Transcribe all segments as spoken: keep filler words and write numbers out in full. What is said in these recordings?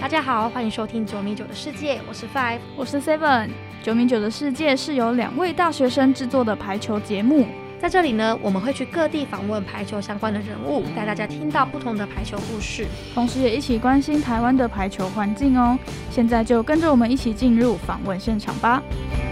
大家好，欢迎收听九米九的世界，我是 Five， 我是 Seven。九米九的世界是由两位大学生制作的排球节目， 在这里呢，我们会去各地访问排球相关的人物，带大家听到不同的排球故事， 同时也一起关心台湾的排球环境哦。现在就跟着我们一起进入访问现场吧。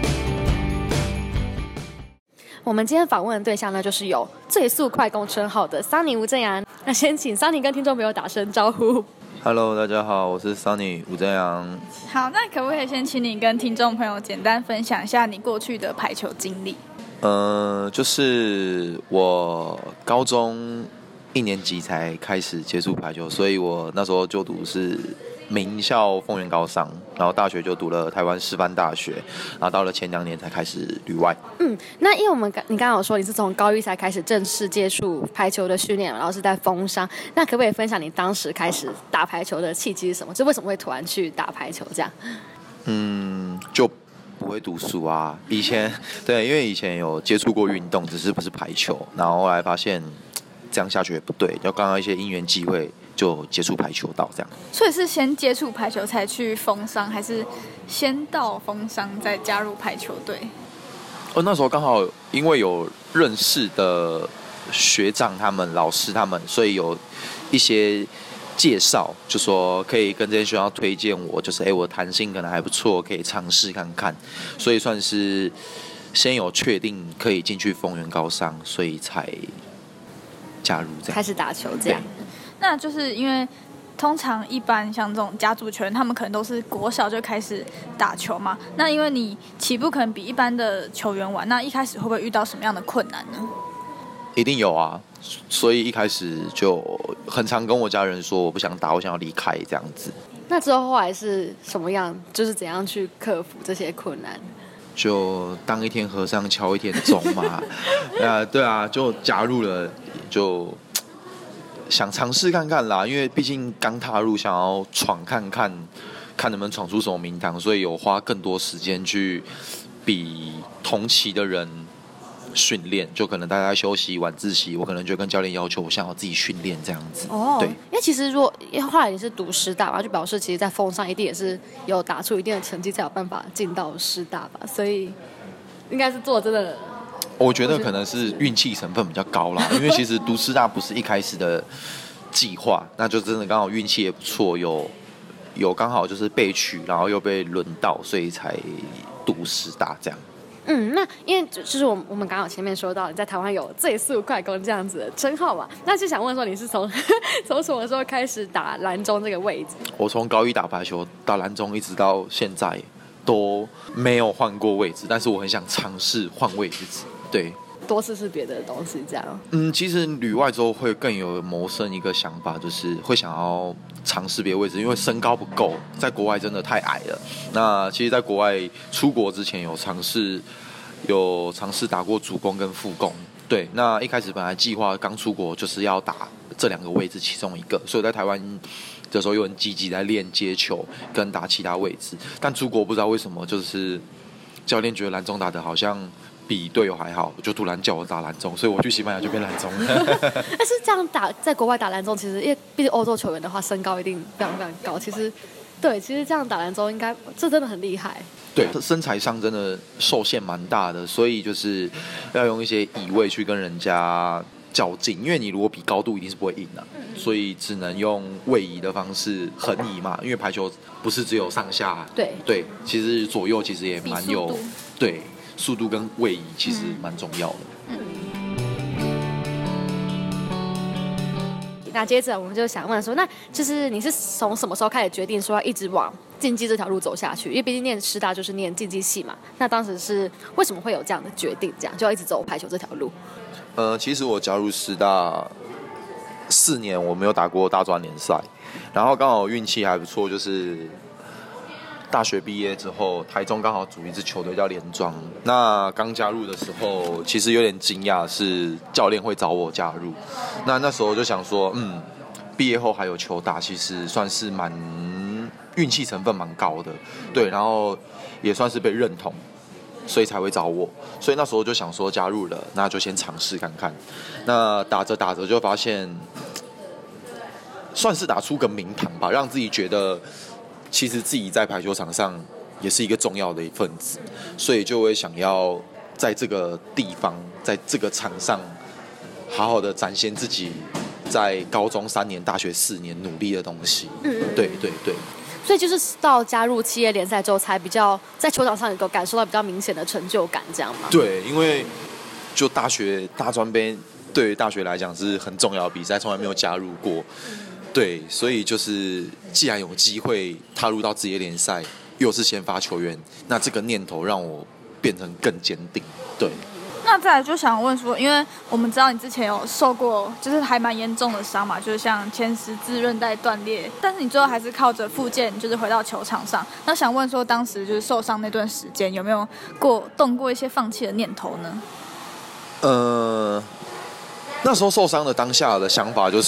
我们今天访问的对象呢，就是有最速快攻称号的 Sunny 吴正阳。那先请 Sunny 跟听众朋友打声招呼。 Hello， 大家好，我是 Sunny 吴正阳。 好，那可不可以先请你跟听众朋友简单分享一下你过去的排球经历？ 呃，就是我高中一年级才开始接触排球，所以我那时候就读是名校丰原高商，然后大学就读了台湾师范大学，然后到了前两年才开始旅外。 嗯，那因为我们你刚刚有说你是从高一才开始正式接触排球的训练，然后是在丰商，那可不可以分享你当时开始打排球的契机是什么？就为什么会突然去打排球这样？ 嗯，就不会读书啊。以前对，因为以前有接触过运动，只是不是排球，然后后来发现这样下去也不对，就刚刚一些因缘际会就接触排球道这样。 所以是先接触排球才去丰商，还是先到丰商再加入排球队？ 哦，那时候刚好因为有认识的学长他们、老师他们，所以有一些介绍，就说可以跟这些学校推荐我，就是哎，我弹性可能还不错，可以尝试看看，所以算是先有确定可以进去丰原高商，所以才加入这样， 开始打球这样。 那就是因为通常一般像这种甲组球员，他们可能都是国小就开始打球嘛。那因为你起步可能比一般的球员晚，那一开始会不会遇到什么样的困难呢？ 一定有啊，所以一开始就很常跟我家人说我不想打，我想要离开这样子。 那之后后来是什么样？就是怎样去克服这些困难？ 就当一天和尚敲一天钟嘛。呃，对啊，就加入了，就想尝试看看啦，因为毕竟刚踏入，想要闯看看，看能不能闯出什么名堂，所以有花更多时间去比同期的人训练。就可能大家休息晚自习，我可能就跟教练要求，我想要自己训练这样子。 哦， 对， 因为其实如果因为后来你是读师大嘛，就表示其实在丰商一定也是有打出一定的成绩，才有办法进到师大吧，所以应该是做真的。 我觉得可能是运气成分比较高啦，因为其实读师大不是一开始的计划，那就真的刚好运气也不错，有有刚好就是被取，然后又被轮到，所以才读师大这样。 嗯，那因为就是我我们刚好前面说到你在台湾有最速快攻这样子的称号嘛，那就想问说你是从从什么时候开始打篮中这个位置？ 我从高一打排球打篮中，一直到现在都没有换过位置，但是我很想尝试换位置。对， 多试试别的东西，这样。 嗯，其实旅外之后会更有谋生一个想法，就是会想要尝试别的位置，因为身高不够，在国外真的太矮了。那其实，在国外出国之前有尝试，有尝试打过主攻跟副攻。对，那一开始本来计划刚出国就是要打这两个位置其中一个，所以我在台湾的时候又很积极在练接球跟打其他位置。但出国不知道为什么，就是教练觉得篮中打得好像比队友还好，就突然叫我打篮中，所以我去西班牙就变篮中了。 但是这样打在国外打篮中，其实因为毕竟欧洲球员的话，身高一定非常非常高。其实，对，其实这样打篮中应该这真的很厉害。 对，身材上真的受限蛮大的，所以就是要用一些移位去跟人家较劲，因为你如果比高度一定是不会赢的、啊，所以只能用位移的方式横移嘛。因为排球不是只有上下， 对对，其实左右其实也蛮有，对。速度跟位移其实蛮重要的。嗯嗯、 那接着我们就想问说，那就是你是从什么时候开始决定说要一直往竞技这条路走下去？因为毕竟念师大就是念竞技系嘛。那当时是为什么会有这样的决定，这样就要一直走排球这条路？ 呃，其实我加入师大四年，我没有打过大专联赛，然后刚好运气还不错，就是大学毕业之后，台中刚好组一支球队叫联庄。那刚加入的时候，其实有点惊讶，是教练会找我加入。那那时候就想说，嗯，毕业后还有球打，其实算是蛮运气成分蛮高的，对，然后也算是被认同，所以才会找我。所以那时候就想说加入了，那就先尝试看看。那打着打着就发现，算是打出个名堂吧，让自己觉得其实自己在排球场上也是一个重要的一份子，所以就会想要在这个地方，在这个场上，好好的展现自己在高中三年、大学四年努力的东西。嗯，对对对。 所以就是到加入企业联赛之后，才比较在球场上能够感受到比较明显的成就感，这样吗？ 对，因为就大学大专杯对于大学来讲是很重要的比赛，从来没有加入过。对，所以就是既然有机会踏入到职业联赛，又是先发球员，那这个念头让我变成更坚定。对。 那再来就想问说，因为我们知道你之前有受过就是还蛮严重的伤嘛，就是像前十字韧带断裂，但是你最后还是靠着复健就是回到球场上。那想问说，当时就是受伤那段时间有没有过动过一些放弃的念头呢？ 呃，那时候受伤的当下的想法就是，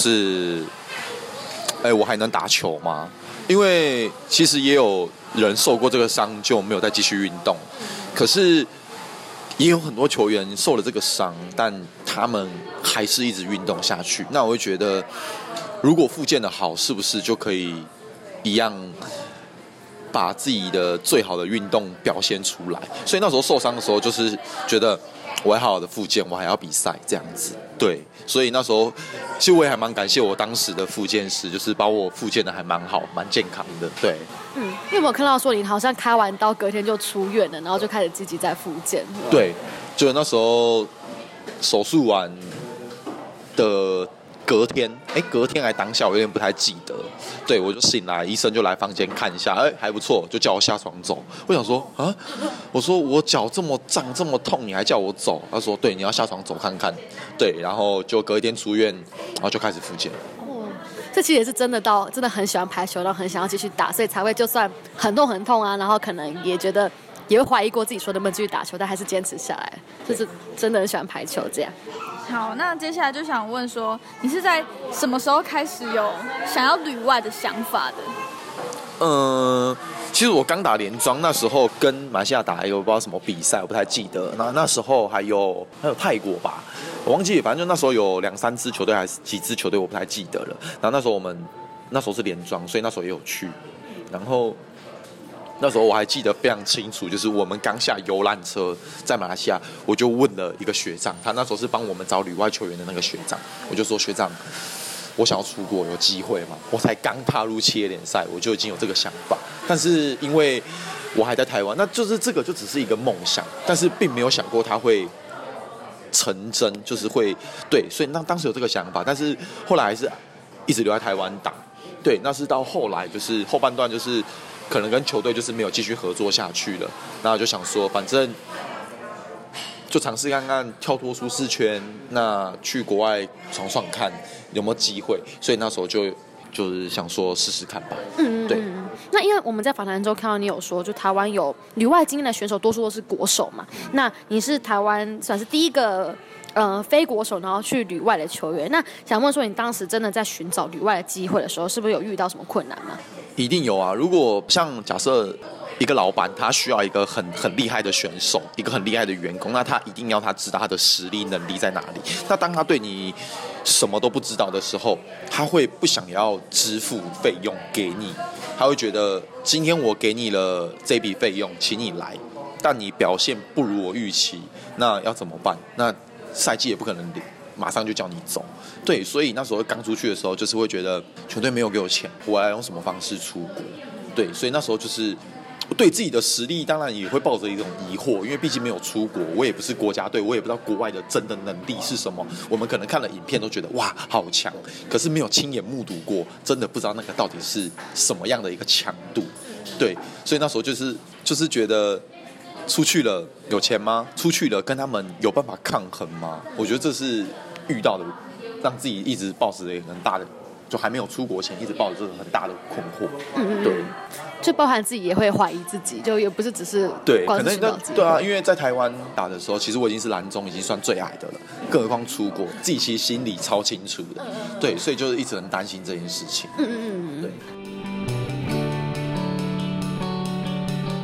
哎，我还能打球吗？因为其实也有人受过这个伤就没有再继续运动，可是也有很多球员受了这个伤，但他们还是一直运动下去。那我会觉得，如果复健的好，是不是就可以一样把自己的最好的运动表现出来？所以那时候受伤的时候，就是觉得我还好好的复健，我还要比赛这样子。对，所以那时候其实我也还蛮感谢我当时的复健师，就是把我复健的还蛮好，蛮健康的。对。 嗯，因为我看到说你好像开完刀隔天就出院了，然后就开始积极在复健。 对，就那时候手术完的隔天，哎，隔天还当下我有点不太记得。对，我就醒来，医生就来房间看一下，哎，还不错，就叫我下床走。我想说啊，我说我脚这么胀这么痛，你还叫我走？他说对，你要下床走看看。对，然后就隔一天出院，然后就开始复健。 这其实也是真的到真的很喜欢排球，然后很想要继续打，所以才会就算很痛很痛啊，然后可能也觉得也会怀疑过自己说能不能继续打球，但还是坚持下来，就是真的很喜欢排球这样。 好，那接下来就想问说，你是在什么时候开始有想要旅外的想法的？ 嗯，其实我刚打联庄那时候跟马来西亚打一个不知道什么比赛，我不太记得。那那时候还有还有泰国吧，我忘记，反正就那时候有两三支球队还是几支球队，我不太记得了。然后那时候我们那时候是联庄，所以那时候也有去。然后那时候我还记得非常清楚，就是我们刚下游览车在马来西亚，我就问了一个学长，他那时候是帮我们找旅外球员的那个学长，我就说学长，我想要出国，有机会嘛？我才刚踏入企业联赛，我就已经有这个想法。但是因为我还在台湾，那就是这个就只是一个梦想，但是并没有想过它会成真，就是会对。所以那当时有这个想法，但是后来还是一直留在台湾打。对，那是到后来就是后半段就是可能跟球队就是没有继续合作下去了，然后就想说反正就尝试看看跳脱舒适圈，那去国外闯闯看有没有机会，所以那时候就就是想说试试看吧。嗯，对。 那因为我们在访谈中看到你有说，就台湾有旅外经验的选手，多数都是国手嘛。那你是台湾算是第一个呃非国手，然后去旅外的球员。那想问说，你当时真的在寻找旅外的机会的时候，是不是有遇到什么困难吗？ 一定有啊！如果像假设一个老板他需要一个很很厉害的选手，一个很厉害的员工，那他一定要他知道他的实力能力在哪里。那当他对你什么都不知道的时候，他会不想要支付费用给你，他会觉得今天我给你了这笔费用，请你来，但你表现不如我预期，那要怎么办？那赛季也不可能马上就叫你走。对，所以那时候刚出去的时候，就是会觉得球队没有给我钱，我要用什么方式出国？对，所以那时候就是对自己的实力当然也会抱着一种疑惑，因为毕竟没有出国，我也不是国家队，我也不知道国外的真的能力是什么。我们可能看了影片都觉得哇好强，可是没有亲眼目睹过，真的不知道那个到底是什么样的一个强度。对，所以那时候就是就是觉得出去了有钱吗？出去了跟他们有办法抗衡吗？我觉得这是遇到的，让自己一直抱持着一个很大的，就还没有出国前一直抱着这个很大的困惑。嗯，对。 就包含自己也会怀疑自己，就也不是只是对，可能那对啊，因为在台湾打的时候，其实我已经是篮中已经算最矮的了，更何况出国，自己其实心里超清楚的，对，所以就是一直很担心这件事情。嗯嗯嗯，对。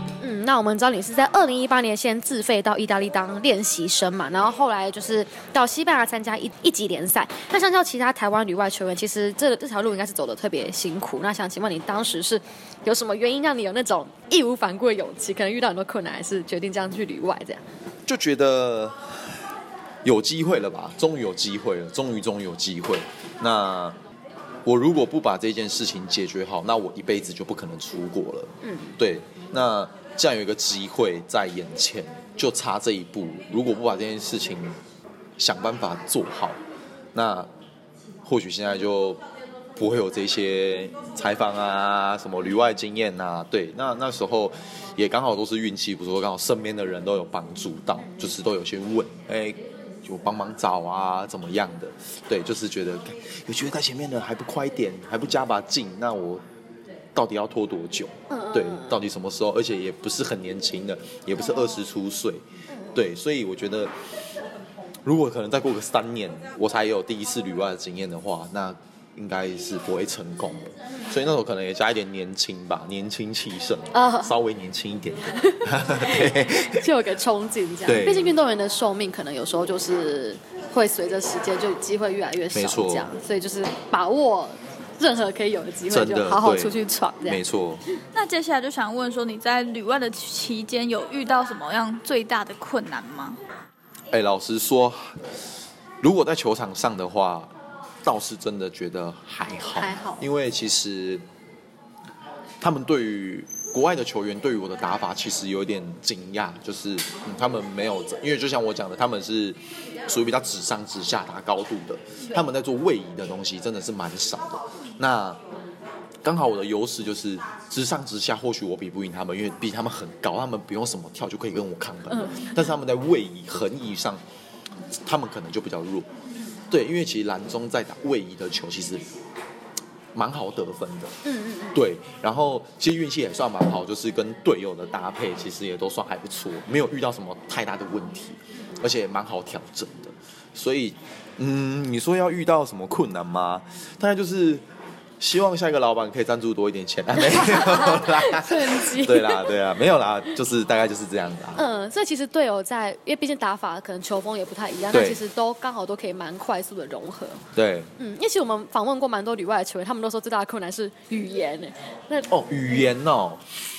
那我们知道你是在二零一八年先自费到意大利当练习生嘛，然后后来就是到西班牙参加一一级联赛。那相较其他台湾旅外球员，其实这这条路应该是走得特别辛苦。那想请问你当时是有什么原因让你有那种义无反顾的勇气？可能遇到很多困难，还是决定这样去旅外这样？ 就觉得有机会了吧，终于有机会了，终于终于有机会。那我如果不把这件事情解决好，那我一辈子就不可能出国了。嗯，对。那这样有一个机会在眼前，就差这一步。如果不把这件事情想办法做好，那或许现在就不会有这些采访啊、什么旅外经验啊。对，那那时候也刚好都是运气，不是说刚好身边的人都有帮助到，就是都有些问，哎。就帮忙找啊，怎么样的？对，就是觉得有觉得在前面的还不快一点，还不加把劲，那我到底要拖多久？对，到底什么时候？而且也不是很年轻的，也不是二十出岁，对，所以我觉得，如果可能再过个三年，我才有第一次旅外的经验的话，那应该是不会成功的。所以那时候可能也加一点年轻吧，年轻气盛，uh, 稍微年轻一点点， 就有个冲劲这样。 对， 毕竟运动员的寿命可能有时候就是会随着时间就机会越来越少，这样，所以就是把握任何可以有的机会，就好好出去闯，这样。 没错。 那接下来就想问说，你在旅外的期间有遇到什么样最大的困难吗？ 哎，老实说，如果在球场上的话。倒是真的觉得还好， 还好， 因为其实他们对于国外的球员对于我的打法其实有点惊讶，就是、嗯、他们没有，因为就像我讲的，他们是属于比较直上直下打高度的，他们在做位移的东西真的是蛮少的。那刚好我的优势就是直上直下，或许我比不赢他们，因为比他们很高，他们不用什么跳就可以跟我抗衡、嗯、但是他们在位移横移上，他们可能就比较弱。对，因为其实蓝中在打位移的球，其实蛮好得分的。嗯嗯嗯。对，然后其实运气也算蛮好，就是跟队友的搭配，其实也都算还不错，没有遇到什么太大的问题，而且蛮好调整的。所以，嗯，你说要遇到什么困难吗？大概就是希望下一个老板可以赞助多一点钱啊，没有啦， 趁机对啦，对啦，没有啦，就是大概就是这样子啊。 嗯，所以其实队友在，因为毕竟打法可能球风也不太一样，那其实都刚好都可以蛮快速的融合。 对， 嗯，因为其实我们访问过蛮多旅外的球员，他们都说最大的困难是语言诶。那哦，语言哦。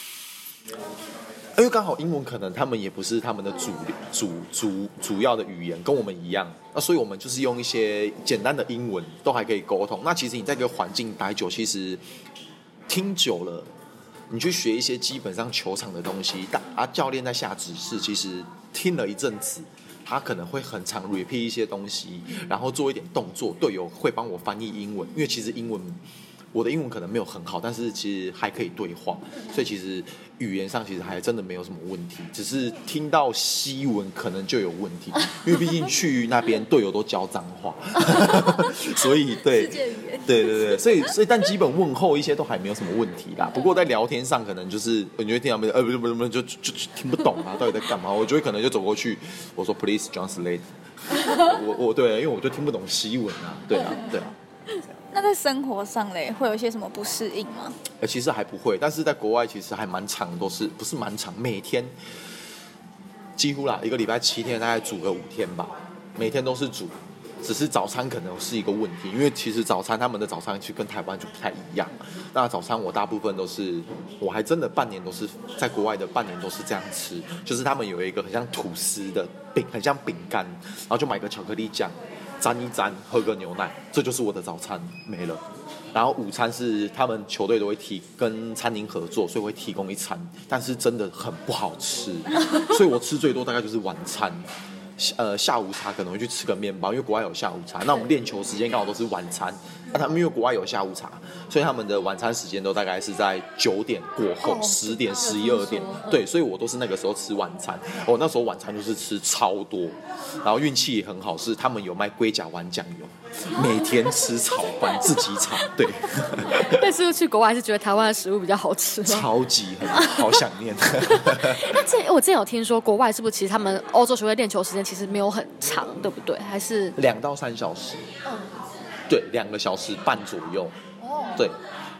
因为刚好英文可能他们也不是他们的主主主主要的语言，跟我们一样，那所以我们就是用一些简单的英文都还可以沟通。那其实你在这个环境待久，其实听久了，你去学一些基本上球场的东西，啊，教练在下指示，其实听了一阵子，他可能会很常 repeat 一些东西，然后做一点动作，队友会帮我翻译英文，因为其实英文。我的英文可能没有很好，但是其实还可以对话，所以其实语言上其实还真的没有什么问题，只是听到西文可能就有问题，因为毕竟去那边队友都教脏话，所以对，对对对，所以所以但基本问候一些都还没有什么问题啦。不过在聊天上可能就是你会听到没有，呃不是不是不是就就就听不懂啊，到底在干嘛？我就会可能就走过去，我说 Please translate， 我我对，因为我就听不懂西文啊，对啊对啊。 那在生活上嘞，会有一些什么不适应吗？ 呃，其实还不会，但是在国外其实还蛮长，都是不是蛮长，每天几乎啦，一个礼拜七天，大概煮个五天吧，每天都是煮，只是早餐可能是一个问题，因为其实早餐他们的早餐其实跟台湾就不太一样。那早餐我大部分都是，我还真的半年都是在国外的半年都是这样吃，就是他们有一个很像吐司的饼，很像饼干，然后就买个巧克力酱。沾一沾，喝个牛奶，这就是我的早餐，没了。然后午餐是他们球队都会提跟餐厅合作，所以会提供一餐，但是真的很不好吃，所以我吃最多大概就是晚餐。呃，下午茶可能会去吃个面包，因为国外有下午茶。那我们练球时间刚好都是晚餐，那他们因为国外有下午茶，所以他们的晚餐时间都大概是在九点过后，十点、十一二点。对，所以我都是那个时候吃晚餐。我那时候晚餐就是吃超多，然后运气也很好，是他们有卖龟甲湾酱油，每天吃炒饭自己炒。对。 但是去国外还是觉得台湾的食物比较好吃， 超级很好想念。 那这我之前有听说，国外是不是其实他们欧洲球队练球时间其实没有很长，对不对？还是两到三小时？嗯，对，两个小时半左右。哦，对，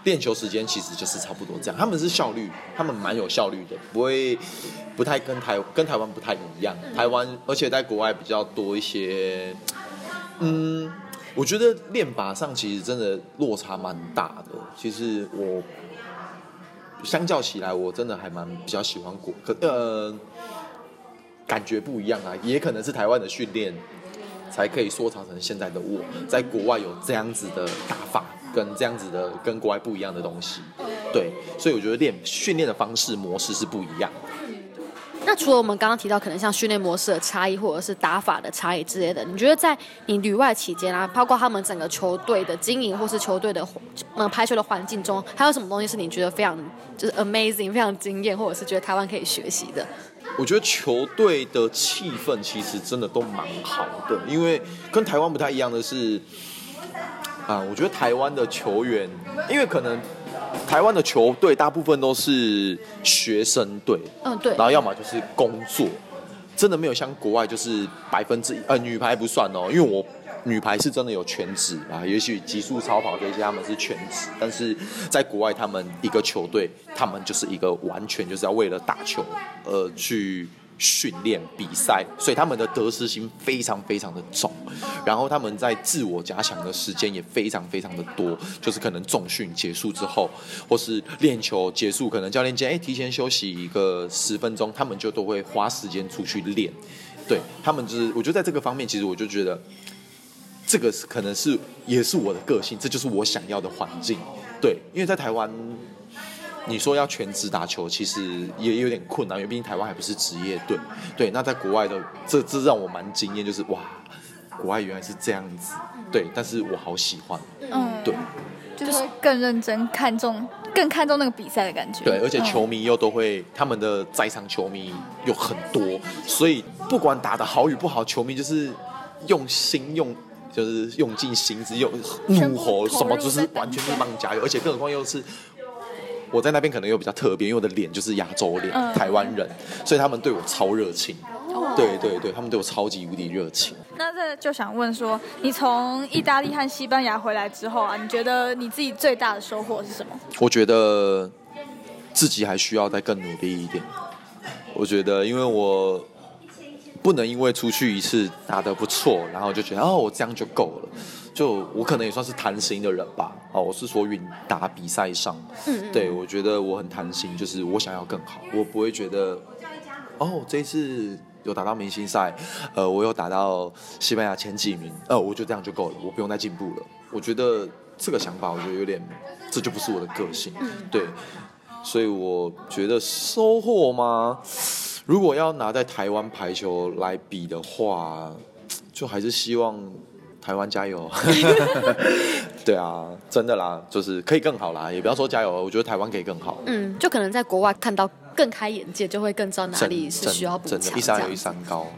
练球时间其实就是差不多这样。他们是效率，他们蛮有效率的，不会不太跟台跟台湾不太一样。台湾而且在国外比较多一些，嗯，我觉得练法上其实真的落差蛮大的。其实我相较起来，我真的还蛮比较喜欢国，可呃感觉不一样啊，也可能是台湾的训练。才可以缩长成现在的我，在国外有这样子的打法，跟这样子的跟国外不一样的东西，对，所以我觉得练训练的方式模式是不一样的。 那除了我们刚刚提到可能像训练模式的差异，或者是打法的差异之类的，你觉得在你旅外期间啊，包括他们整个球队的经营，或是球队的呃排球的环境中，还有什么东西是你觉得非常就是 amazing、非常惊艳，或者是觉得台湾可以学习的？ 我觉得球队的气氛其实真的都蛮好的，因为跟台湾不太一样的是，啊，我觉得台湾的球员，因为可能台湾的球队大部分都是学生队， 嗯，对， 然后要么就是工作，真的没有像国外就是百分之呃女排不算哦，因为我女排是真的有全职啊，也许极速超跑这些他们是全职，但是在国外他们一个球队，他们就是一个完全就是要为了打球而去训练比赛，所以他们的得失心非常非常的重，然后他们在自我加强的时间也非常非常的多，就是可能重训结束之后，或是练球结束，可能教练建议哎提前休息一个十分钟，他们就都会花时间出去练。对他们就是，我觉得在这个方面，其实我就觉得这个可能是也是我的个性，这就是我想要的环境。对，因为在台湾，你说要全职打球，其实也有点困难，因为毕竟台湾还不是职业队。对，那在国外的，这这让我蛮惊艳，就是哇，国外原来是这样子。对，但是我好喜欢。 嗯， 对， 就是更认真看重，更看重那个比赛的感觉。 对，而且球迷又都会，他们的在场球迷有很多，所以不管打得好与不好，球迷就是用心用。就是用尽心思，用怒吼什么，就是完全是帮你加油，而且更何况又是我在那边可能又比较特别，因为我的脸就是亚洲脸，嗯、台湾人，所以他们对我超热情。哦、对对对，他们对我超级无敌热情。 那这就想问说，你从意大利和西班牙回来之后啊，你觉得你自己最大的收获是什么？ 我觉得自己还需要再更努力一点。我觉得，因为我。不能因为出去一次打得不错，然后就觉得哦，我这样就够了。就我可能也算是贪心的人吧。哦，我是说运打比赛上，嗯，对我觉得我很贪心，就是我想要更好，我不会觉得哦，这一次有打到明星赛，呃，我有打到西班牙前几名，呃，我就这样就够了，我不用再进步了。我觉得这个想法，我觉得有点，这就不是我的个性，对，所以我觉得收获吗？如果要拿在台湾排球来比的话，就还是希望台湾加油。对啊，真的啦，就是可以更好啦，也不要说加油，我觉得台湾可以更好。 嗯，就可能在国外看到更开眼界，就会更知道哪里是需要补强。 真的，一山有一山高。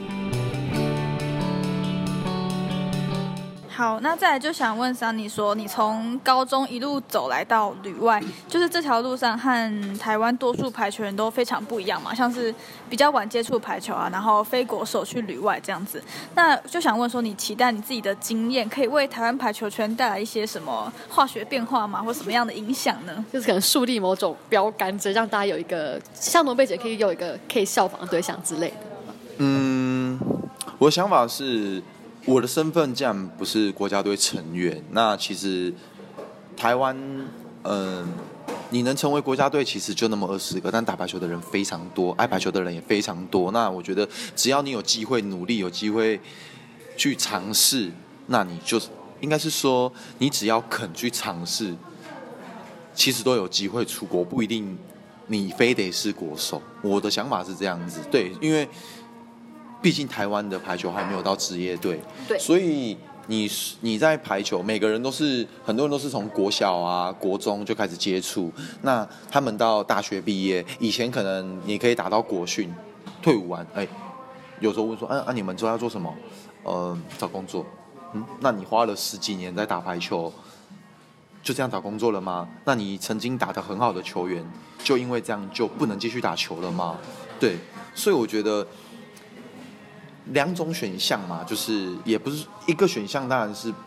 好，那再来就想问Sunny说，你从高中一路走来到旅外，就是这条路上和台湾多数排球人都非常不一样嘛，像是比较晚接触排球啊，然后非国手去旅外这样子。那就想问说，你期待你自己的经验可以为台湾排球圈带来一些什么化学变化吗，或什么样的影响呢？ 就是可能树立某种标杆，只让大家有一个像诺贝姐可以有一个可以效仿的对象之类的。 嗯，我的想法是。我的身份既然不是国家队成员，那其实台湾，嗯，你能成为国家队其实就那么二十个，但打排球的人非常多，爱排球的人也非常多。那我觉得只要你有机会努力，有机会去尝试，那你就应该是说，你只要肯去尝试，其实都有机会出国，不一定你非得是国手。我的想法是这样子，对，因为。毕竟台湾的排球还没有到职业队， 对， 所以你你在排球，每个人都是很多人都是从国小啊、国中就开始接触，那他们到大学毕业，以前可能你可以打到国训，退伍完，哎，有时候问说，啊啊，你们之后要做什么？呃，找工作。嗯，那你花了十几年在打排球，就这样找工作了吗？那你曾经打得很好的球员，就因为这样就不能继续打球了吗？对，所以我觉得。两种选项嘛，就是也不是一个选项，当然是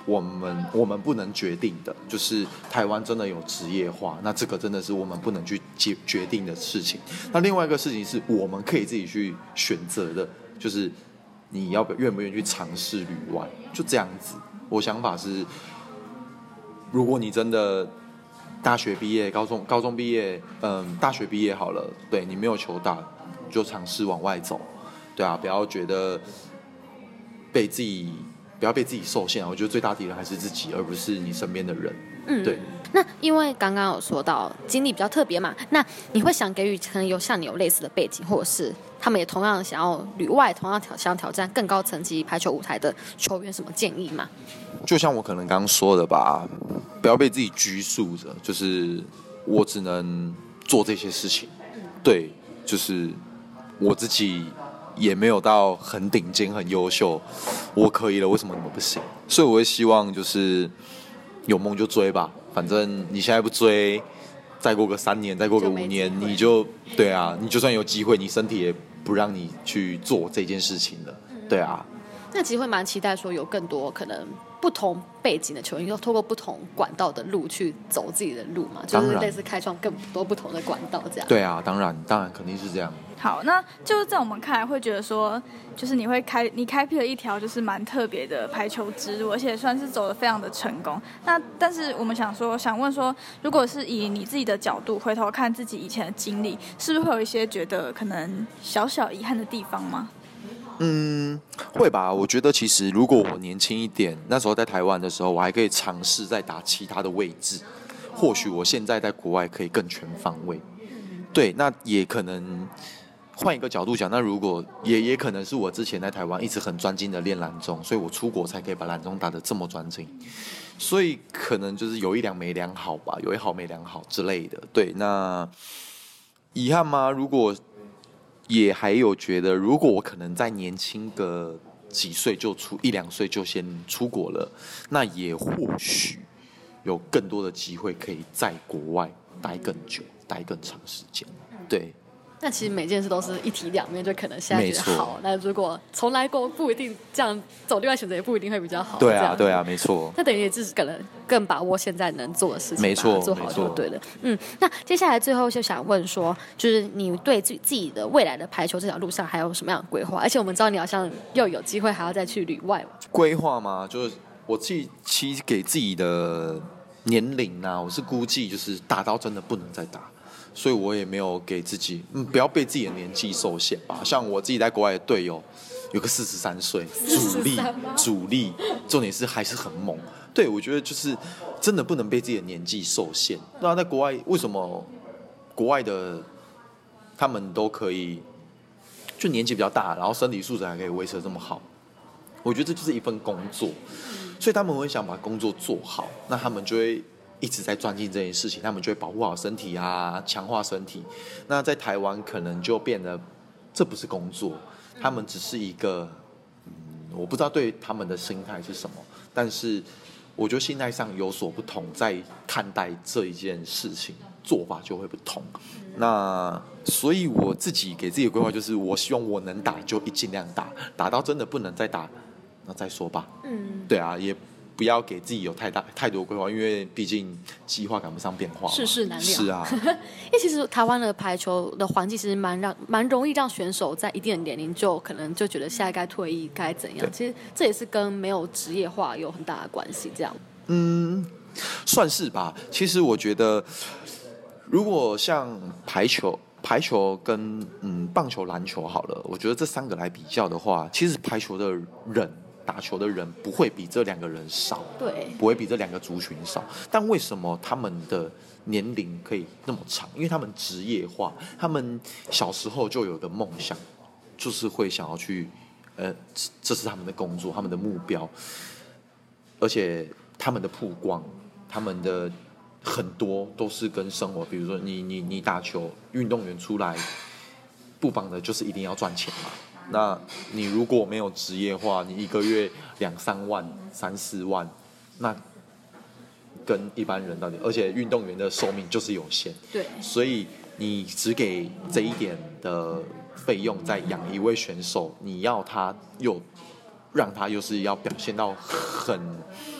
我们我们不能决定的，就是台湾真的有职业化，那这个真的是我们不能去决决定的事情。那另外一个事情是我们可以自己去选择的，就是你要不愿不愿意去尝试旅外，就这样子。我想法是，如果你真的大学毕业、高中高中毕业，嗯，大学毕业好了，对你没有球打，就尝试往外走，对啊，不要觉得被自己。不要被自己受限，我觉得最大敌人还是自己，而不是你身边的人。嗯，对。 那因为刚刚有说到经历比较特别嘛，那你会想给予可能有像你有类似的背景，或者是他们也同样想要旅外，同样挑想挑战更高层级排球舞台的球员什么建议吗？ 就像我可能刚刚说的吧，不要被自己拘束着，就是我只能做这些事情。对，就是我自己。也没有到很顶尖、很优秀，我可以了，为什么你们不行？所以我会希望就是有梦就追吧，反正你现在不追，再过个三年，再过个五年，你就对啊，你就算有机会，你身体也不让你去做这件事情了，对啊。 那其实会蛮期待说有更多可能不同背景的球员，要透过不同管道的路去走自己的路嘛，就是类似开创更多不同的管道这样。 对啊，当然，当然肯定是这样。 好，那就是在我们看来会觉得说，就是你会开你开辟了一条就是蛮特别的排球之路，而且算是走得非常的成功。那但是我们想说，想问说，如果是以你自己的角度回头看自己以前的经历，是不是会有一些觉得可能小小遗憾的地方吗？ 嗯，会吧。我觉得其实如果我年轻一点，那时候在台湾的时候，我还可以尝试再打其他的位置，或许我现在在国外可以更全方位。对，那也可能。换一个角度讲，那如果也也可能是我之前在台湾一直很专精的练篮中，所以我出国才可以把篮中打得这么专精，所以可能就是有一两没两好吧，有一好没两好之类的。对，那遗憾吗？如果也还有觉得，如果我可能再年轻个几岁就出一两岁就先出国了，那也或许有更多的机会可以在国外待更久、待更长时间。对。 那其实每件事都是一体两面，就可能现在觉得好，那如果从来过不一定这样走另外选择，也不一定会比较好。 对啊，对啊，没错。 那等于也是可能更把握现在能做的事情， 没错， 做好就对了。嗯，那接下来最后就想问说，就是你对自己自己的未来的排球这条路上还有什么样的规划？而且我们知道你好像又有机会还要再去旅外嘛。 规划吗？就是我自己其实给自己的年龄啊，我是估计就是打到真的不能再打。所以我也没有给自己，嗯，不要被自己的年纪受限吧。像我自己在国外的队友，有个四十三岁，主力，主力，重点是还是很猛。对，我觉得就是真的不能被自己的年纪受限。那在国外，为什么国外的他们都可以，就年纪比较大，然后身体素质还可以维持得这么好？我觉得这就是一份工作，所以他们会想把工作做好，那他们就会。一直在专精这件事情，他们就会保护好身体啊，强化身体。那在台湾可能就变得，这不是工作，他们只是一个，嗯，我不知道对他们的心态是什么，但是我觉得心态上有所不同，在看待这一件事情，做法就会不同。那所以我自己给自己的规划就是，我希望我能打就一尽量打，打到真的不能再打，那再说吧。嗯，对啊，也。不要给自己有太大太多规划，因为毕竟计划赶不上变化， 世事难料。 是啊， 因为其实台湾的排球的环境其实蛮让蛮容易让选手在一定的年龄就可能就觉得现在该退役该怎样。其实这也是跟没有职业化有很大的关系。这样， 嗯，算是吧。其实我觉得，如果像排球。排球跟嗯棒球、篮球好了，我觉得这三个来比较的话，其实排球的人。打球的人不会比这两个人少， 对， 不会比这两个族群少。但为什么他们的年龄可以那么长？因为他们职业化，他们小时候就有个梦想，就是会想要去，呃，这是他们的工作，他们的目标，而且他们的曝光，他们的很多都是跟生活，比如说你你你打球，运动员出来，不妨的就是一定要赚钱嘛。那你如果没有职业化，你一个月两三万、三四万，那跟一般人到底，而且运动员的寿命就是有限， 对， 所以你只给这一点的费用在养一位选手，你要他又让他又是要表现到很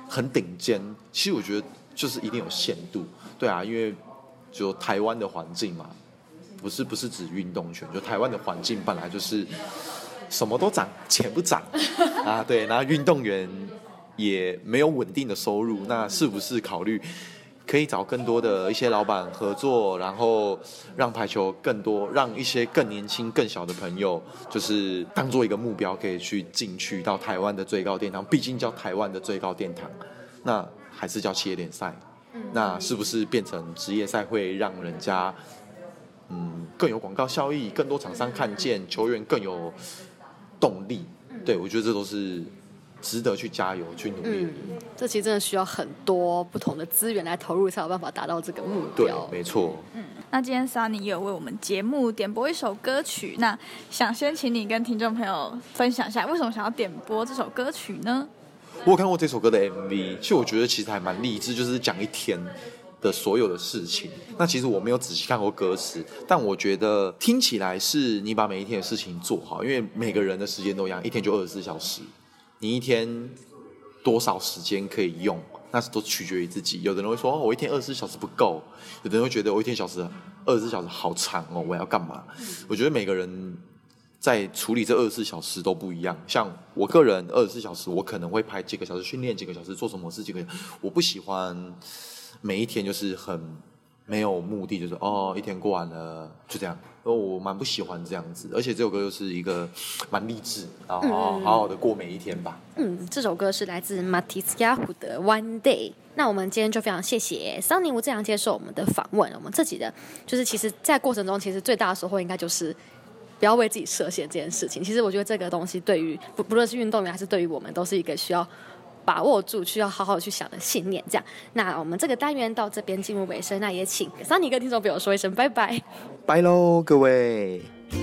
很顶尖，其实我觉得就是一定有限度，对啊，因为就台湾的环境嘛，不是不是指运动圈，就台湾的环境本来就是什么都涨，钱不涨啊，对，然后运动员也没有稳定的收入，那是不是考虑可以找更多的一些老板合作，然后让排球更多，让一些更年轻、更小的朋友，就是当做一个目标，可以去进去到台湾的最高殿堂。毕竟叫台湾的最高殿堂，那还是叫企业联赛。那是不是变成职业赛会让人家嗯更有广告效益，更多厂商看见，球员更有动力？对，我觉得这都是值得去加油去努力、 嗯，这其实真的需要很多不同的资源来投入，才有办法达到这个目标。 对，没错。 嗯，那今天 Sunny 也有为我们节目点播一首歌曲，那想先请你跟听众朋友分享一下，为什么想要点播这首歌曲呢？ 我有看过这首歌的 M V， 其实我觉得其实还蛮励志，就是讲一天的所有的事情。那其实我没有仔细看过歌词，但我觉得听起来是你把每一天的事情做好，因为每个人的时间都一样，一天就二十四小时。你一天多少时间可以用，那都取决于自己。有的人会说、哦、我一天二十四小时不够，有的人会觉得我一天小时二十四小时好长哦，我要干嘛？我觉得每个人在处理这二十四小时都不一样。像我个人二十四小时，我可能会排几个小时训练，几个小时做什么事，几个我不喜欢每一天就是很没有目的，就是哦一天过完了就这样。我蛮不喜欢这样子，而且这首歌又是一个蛮励志，然后好好的过每一天吧。 嗯，这首歌是来自马蒂斯亚胡的 One Day。那我们今天就非常谢谢桑尼吴这样接受我们的访问。我们自己的就是其实，在过程中其实最大的收获应该就是不要为自己设限这件事情。其实我觉得这个东西对于不不论是运动员还是对于我们，都是一个需要把握住，需要好好去想的信念。这样，那我们这个单元到这边进入尾声，那也请桑尼跟听众朋友说一声拜拜。 拜喽，各位！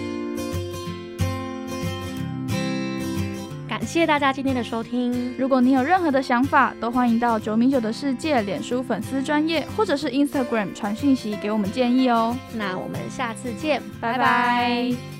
感谢大家今天的收听。 如果你有任何的想法，都欢迎到九米九的世界脸书粉丝专页，或者是 Instagram 传讯息给我们建议哦。 那我们下次见， 拜拜。